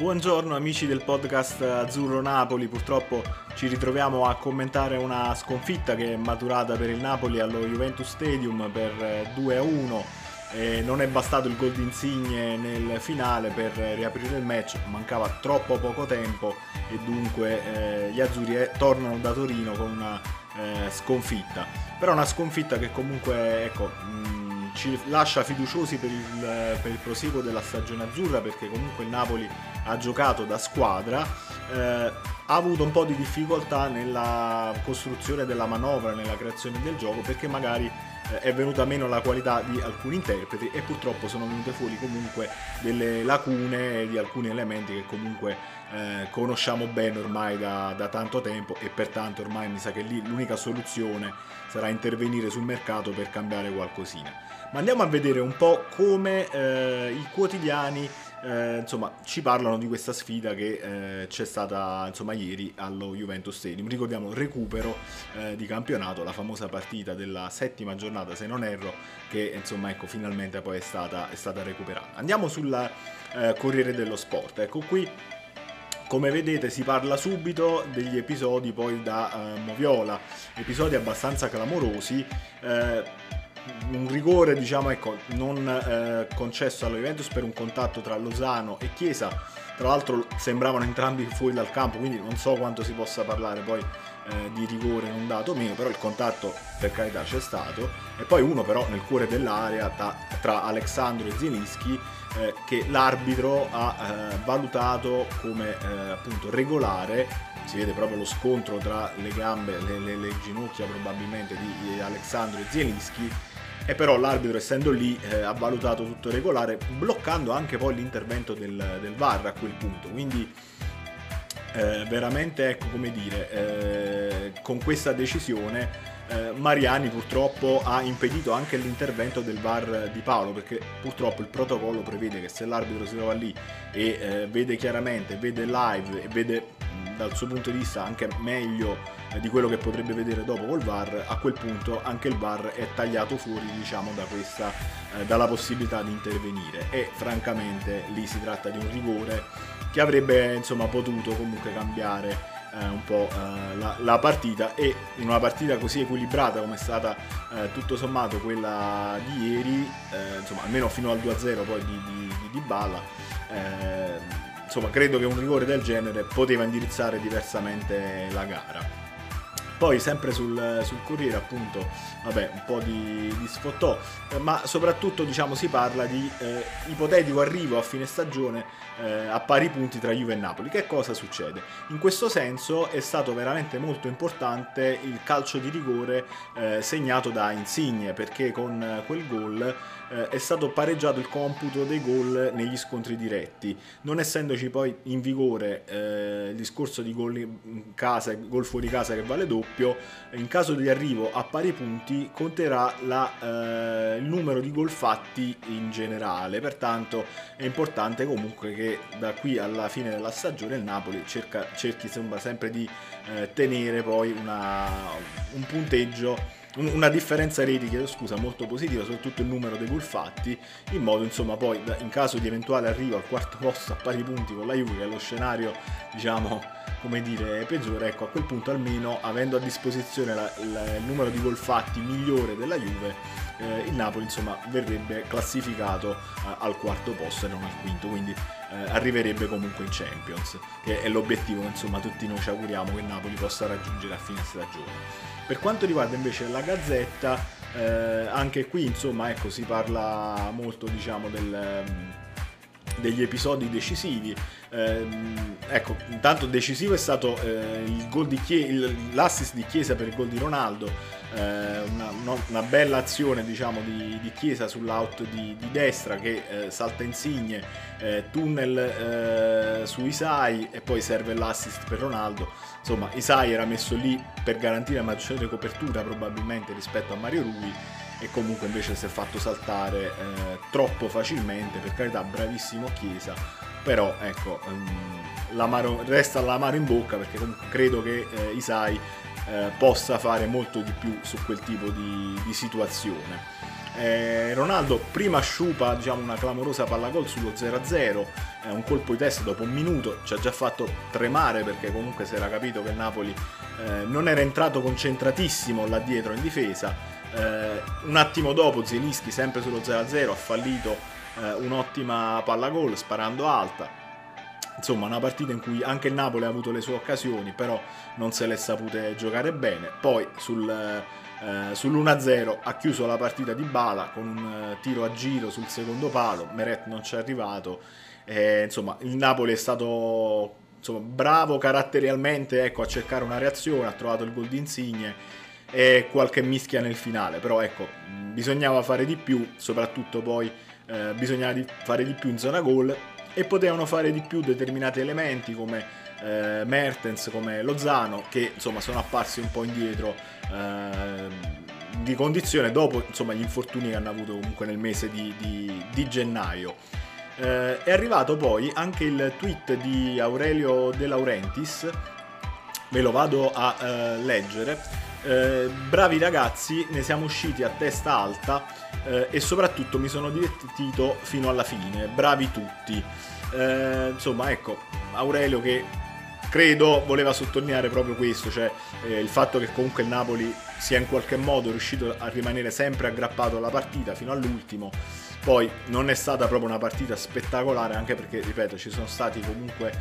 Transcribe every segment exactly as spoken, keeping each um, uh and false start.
Buongiorno amici del podcast Azzurro Napoli, purtroppo ci ritroviamo a commentare una sconfitta che è maturata per il Napoli allo Juventus Stadium per due a uno. E non è bastato il gol di Insigne nel finale per riaprire il match, mancava troppo poco tempo e dunque eh, gli azzurri eh, tornano da Torino con una eh, sconfitta. Però una sconfitta che comunque ecco, mh, ci lascia fiduciosi per il, per il proseguo della stagione azzurra, perché comunque il Napoli ha giocato da squadra, eh, ha avuto un po' di difficoltà nella costruzione della manovra, nella creazione del gioco, perché magari eh, è venuta meno la qualità di alcuni interpreti e purtroppo sono venute fuori comunque delle lacune di alcuni elementi che comunque eh, conosciamo bene ormai da, da tanto tempo, e pertanto ormai mi sa che lì l'unica soluzione sarà intervenire sul mercato per cambiare qualcosina. Ma andiamo a vedere un po' come eh, i quotidiani Eh, insomma ci parlano di questa sfida che eh, c'è stata insomma ieri allo Juventus Stadium. Ricordiamo il recupero eh, di campionato, la famosa partita della settima giornata se non erro, che insomma ecco finalmente poi è stata, è stata recuperata. Andiamo sul eh, Corriere dello Sport. Ecco qui, come vedete, si parla subito degli episodi poi da eh, Moviola, episodi abbastanza clamorosi. eh, Un rigore, diciamo, ecco, non eh, concesso alla Juventus per un contatto tra Lozano e Chiesa. Tra l'altro sembravano entrambi fuori dal campo, quindi non so quanto si possa parlare poi eh, di rigore non dato meno, però il contatto per carità c'è stato. E poi uno però nel cuore dell'area tra, tra Alexandro e Zielinski, eh, che l'arbitro ha eh, valutato come eh, appunto regolare. Si vede proprio lo scontro tra le gambe, le, le, le ginocchia probabilmente di Alexandro e Zielinski, e però l'arbitro, essendo lì, eh, ha valutato tutto regolare, bloccando anche poi l'intervento del, del V A R a quel punto. Quindi eh, veramente, ecco, come dire, eh, con questa decisione eh, Mariani purtroppo ha impedito anche l'intervento del V A R di Paolo, perché purtroppo il protocollo prevede che se l'arbitro si trova lì e eh, vede chiaramente, vede live e vede dal suo punto di vista anche meglio di quello che potrebbe vedere dopo col V A R, a quel punto anche il V A R è tagliato fuori, diciamo, da questa, eh, dalla possibilità di intervenire, e francamente lì si tratta di un rigore che avrebbe insomma potuto comunque cambiare eh, un po' eh, la, la partita, e in una partita così equilibrata come è stata eh, tutto sommato quella di ieri, eh, insomma almeno fino al due a zero poi di, di, di Dybala, eh, insomma credo che un rigore del genere poteva indirizzare diversamente la gara. Poi sempre sul, sul Corriere, appunto, vabbè, un po' di, di sfottò, eh, ma soprattutto, diciamo, si parla di eh, ipotetico arrivo a fine stagione eh, a pari punti tra Juve e Napoli. Che cosa succede? In questo senso è stato veramente molto importante il calcio di rigore eh, segnato da Insigne, perché con eh, quel gol eh, è stato pareggiato il computo dei gol negli scontri diretti, non essendoci poi in vigore eh, il discorso di gol in casa, gol fuori casa che vale doppio. In caso di arrivo a pari punti conterà la, eh, il numero di gol fatti in generale, pertanto è importante comunque che da qui alla fine della stagione il Napoli cerca, cerchi sembra sempre di eh, tenere poi una, un punteggio, una differenza reti, chiedo scusa, molto positiva, soprattutto il numero dei gol fatti, in modo insomma poi in caso di eventuale arrivo al quarto posto a pari punti con la Juve, che è lo scenario, diciamo, come dire, peggiore, ecco, a quel punto almeno, avendo a disposizione la, la, il numero di gol fatti migliore della Juve, eh, il Napoli insomma verrebbe classificato eh, al quarto posto e non al quinto, quindi eh, arriverebbe comunque in Champions, che è l'obiettivo che insomma tutti noi ci auguriamo che il Napoli possa raggiungere a fine stagione. Per quanto riguarda invece la Gazzetta, eh, anche qui insomma ecco si parla molto, diciamo, del, degli episodi decisivi. Eh, ecco, intanto decisivo è stato eh, il gol di Chiesa, l'assist di Chiesa per il gol di Ronaldo, eh, una, una bella azione, diciamo, di, di Chiesa sull'out di, di destra che eh, salta Insigne, eh, tunnel eh, su Isai e poi serve l'assist per Ronaldo. Insomma, Isai era messo lì per garantire maggiore copertura probabilmente rispetto a Mario Rui, e comunque invece si è fatto saltare eh, troppo facilmente. Per carità, bravissimo Chiesa, però ecco, um, l'amaro, resta l'amaro in bocca, perché comunque credo che eh, Isai eh, possa fare molto di più su quel tipo di, di situazione. Eh, Ronaldo prima sciupa, diciamo, una clamorosa palla gol sullo zero a zero, eh, un colpo di testa dopo un minuto, ci ha già fatto tremare perché comunque si era capito che il Napoli eh, non era entrato concentratissimo là dietro in difesa. Eh, un attimo dopo Zielinski, sempre sullo zero a zero, ha fallito eh, un'ottima palla gol sparando alta. Insomma, una partita in cui anche il Napoli ha avuto le sue occasioni, però non se le è sapute giocare bene. Poi sul, eh, sull'uno a zero ha chiuso la partita Dybala con un eh, tiro a giro sul secondo palo, Meret non ci è arrivato. Eh, insomma, il Napoli è stato, insomma, bravo caratterialmente, ecco, a cercare una reazione, ha trovato il gol di Insigne e qualche mischia nel finale, però ecco, bisognava fare di più, soprattutto poi eh, bisognava di fare di più in zona gol, e potevano fare di più determinati elementi come eh, Mertens, come Lozano, che insomma sono apparsi un po' indietro eh, di condizione dopo, insomma, gli infortuni che hanno avuto comunque nel mese di, di, di gennaio. Eh, è arrivato poi anche il tweet di Aurelio De Laurentiis, ve lo vado a eh, leggere. Eh, bravi ragazzi, ne siamo usciti a testa alta eh, e soprattutto mi sono divertito fino alla fine, bravi tutti. Eh, insomma, ecco, Aurelio che credo voleva sottolineare proprio questo, cioè eh, il fatto che comunque il Napoli sia in qualche modo riuscito a rimanere sempre aggrappato alla partita fino all'ultimo. Poi non è stata proprio una partita spettacolare, anche perché, ripeto, ci sono stati comunque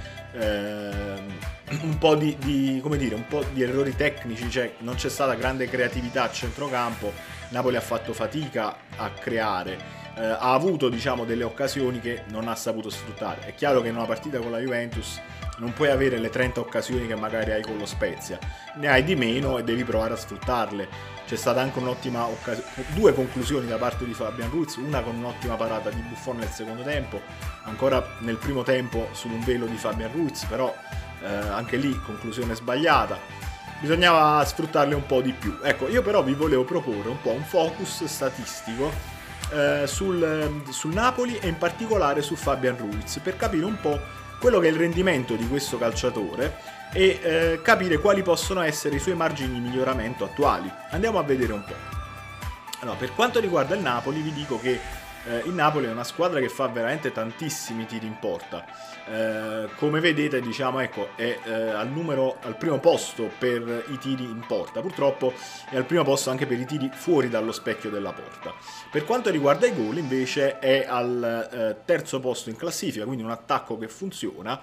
eh, un po' di, di, come dire, un po' di errori tecnici, cioè non c'è stata grande creatività a centrocampo, Napoli ha fatto fatica a creare, eh, ha avuto, diciamo, delle occasioni che non ha saputo sfruttare. È chiaro che in una partita con la Juventus non puoi avere le trenta occasioni che magari hai con lo Spezia, ne hai di meno e devi provare a sfruttarle. C'è stata anche un'ottima occasione, due conclusioni da parte di Fabian Ruiz, una con un'ottima parata di Buffon nel secondo tempo, ancora nel primo tempo su un velo di Fabian Ruiz, però eh, anche lì conclusione sbagliata. Bisognava sfruttarle un po' di più. Ecco, io però vi volevo proporre un po' un focus statistico eh, sul, sul Napoli e in particolare su Fabian Ruiz, per capire un po' quello che è il rendimento di questo calciatore e eh, capire quali possono essere i suoi margini di miglioramento attuali. Andiamo a vedere un po'. Allora, per quanto riguarda il Napoli, vi dico che eh, il Napoli è una squadra che fa veramente tantissimi tiri in porta. Eh, come vedete, diciamo, ecco, è eh, al numero al primo posto per i tiri in porta. Purtroppo è al primo posto anche per i tiri fuori dallo specchio della porta. Per quanto riguarda i gol, invece, è al eh, terzo posto in classifica, quindi un attacco che funziona,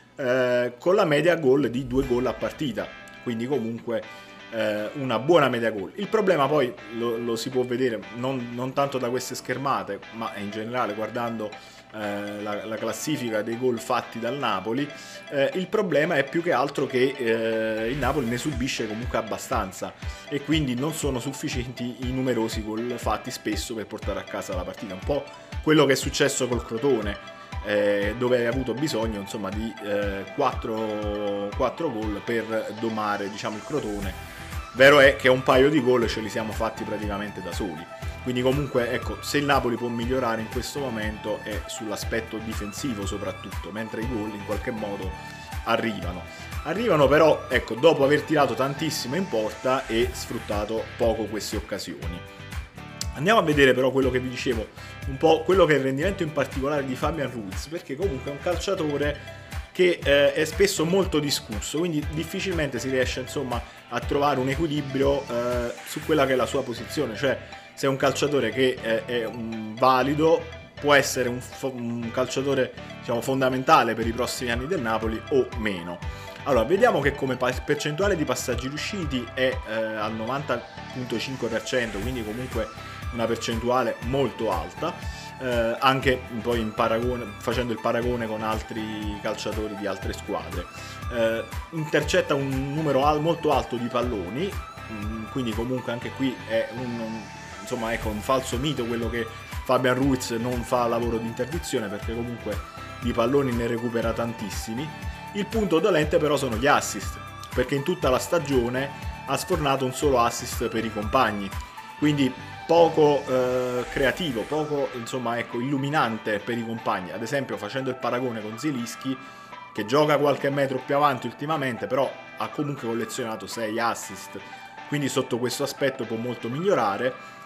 eh, con la media gol di due gol a partita, quindi comunque eh, una buona media gol. Il problema poi lo, lo si può vedere non, non tanto da queste schermate, ma in generale guardando eh, la, la classifica dei gol fatti dal Napoli. Eh, il problema è più che altro che eh, il Napoli ne subisce comunque abbastanza e quindi non sono sufficienti i numerosi gol fatti spesso per portare a casa la partita. Un po' quello che è successo col Crotone, eh, dove hai avuto bisogno, insomma, di eh, quattro gol per domare, diciamo, il Crotone. Vero è che un paio di gol ce li siamo fatti praticamente da soli. Quindi comunque, ecco, se il Napoli può migliorare in questo momento è sull'aspetto difensivo soprattutto, mentre i gol in qualche modo arrivano. Arrivano però, ecco, dopo aver tirato tantissimo in porta e sfruttato poco queste occasioni. Andiamo a vedere però quello che vi dicevo, un po' quello che è il rendimento in particolare di Fabian Ruiz, perché comunque è un calciatore che eh, è spesso molto discusso, quindi difficilmente si riesce, insomma, a trovare un equilibrio eh, su quella che è la sua posizione, cioè se è un calciatore che è, è un valido, può essere un, un calciatore, diciamo, fondamentale per i prossimi anni del Napoli o meno. Allora, vediamo che come percentuale di passaggi riusciti è eh, al novanta virgola cinque per cento, quindi comunque una percentuale molto alta, eh, anche poi in paragone, facendo il paragone con altri calciatori di altre squadre. Eh, intercetta un numero al, molto alto di palloni, mh, quindi comunque anche qui è un, un, insomma, ecco, un falso mito quello che Fabian Ruiz non fa lavoro di interdizione, perché comunque di palloni ne recupera tantissimi. Il punto dolente però sono gli assist, perché in tutta la stagione ha sfornato un solo assist per i compagni, quindi poco eh, creativo, poco, insomma, ecco, illuminante per i compagni. Ad esempio, facendo il paragone con Zielinski, che gioca qualche metro più avanti ultimamente, però ha comunque collezionato sei assist, quindi sotto questo aspetto può molto migliorare.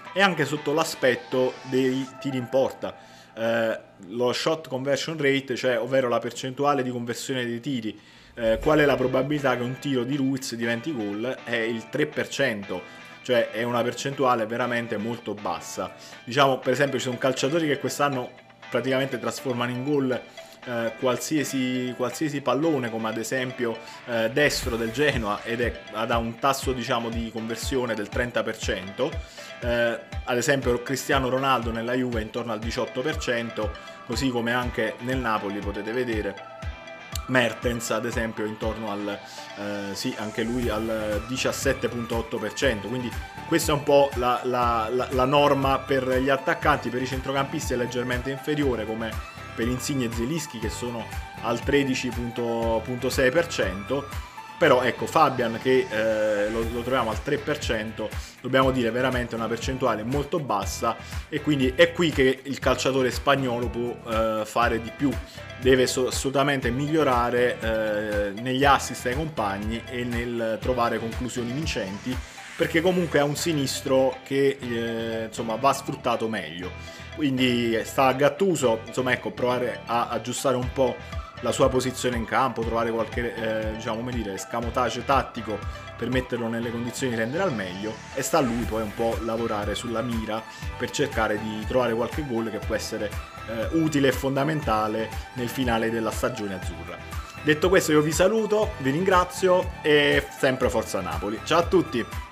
e anche sotto l'aspetto dei tiri in porta. Eh, lo shot conversion rate, cioè ovvero la percentuale di conversione dei tiri, eh, qual è la probabilità che un tiro di Ruiz diventi gol? È il tre per cento, cioè è una percentuale veramente molto bassa. Diciamo, per esempio, ci sono calciatori che quest'anno praticamente trasformano in gol eh, qualsiasi, qualsiasi pallone, come ad esempio eh, Destro del Genoa, ed è, ha un tasso, diciamo, di conversione del trenta per cento. Eh, ad esempio Cristiano Ronaldo nella Juve è intorno al diciotto per cento, così come anche nel Napoli potete vedere Mertens ad esempio intorno al eh, sì, anche lui al diciassette virgola otto per cento. Quindi questa è un po' la, la, la, la norma per gli attaccanti. Per i centrocampisti è leggermente inferiore, come per Insigne e Zielinski, che sono al tredici virgola sei per cento. Però ecco, Fabian, che eh, lo, lo troviamo al tre per cento, dobbiamo dire veramente una percentuale molto bassa, e quindi è qui che il calciatore spagnolo può eh, fare di più. Deve so- assolutamente migliorare eh, negli assist ai compagni e nel trovare conclusioni vincenti, perché comunque ha un sinistro che eh, insomma va sfruttato meglio. Quindi sta a Gattuso, insomma, ecco, provare a aggiustare un po' la sua posizione in campo, trovare qualche eh, diciamo, come dire, escamotage tattico per metterlo nelle condizioni di rendere al meglio, e sta a lui poi un po' lavorare sulla mira per cercare di trovare qualche gol che può essere eh, utile e fondamentale nel finale della stagione azzurra. Detto questo, io vi saluto, vi ringrazio e sempre forza Napoli. Ciao a tutti!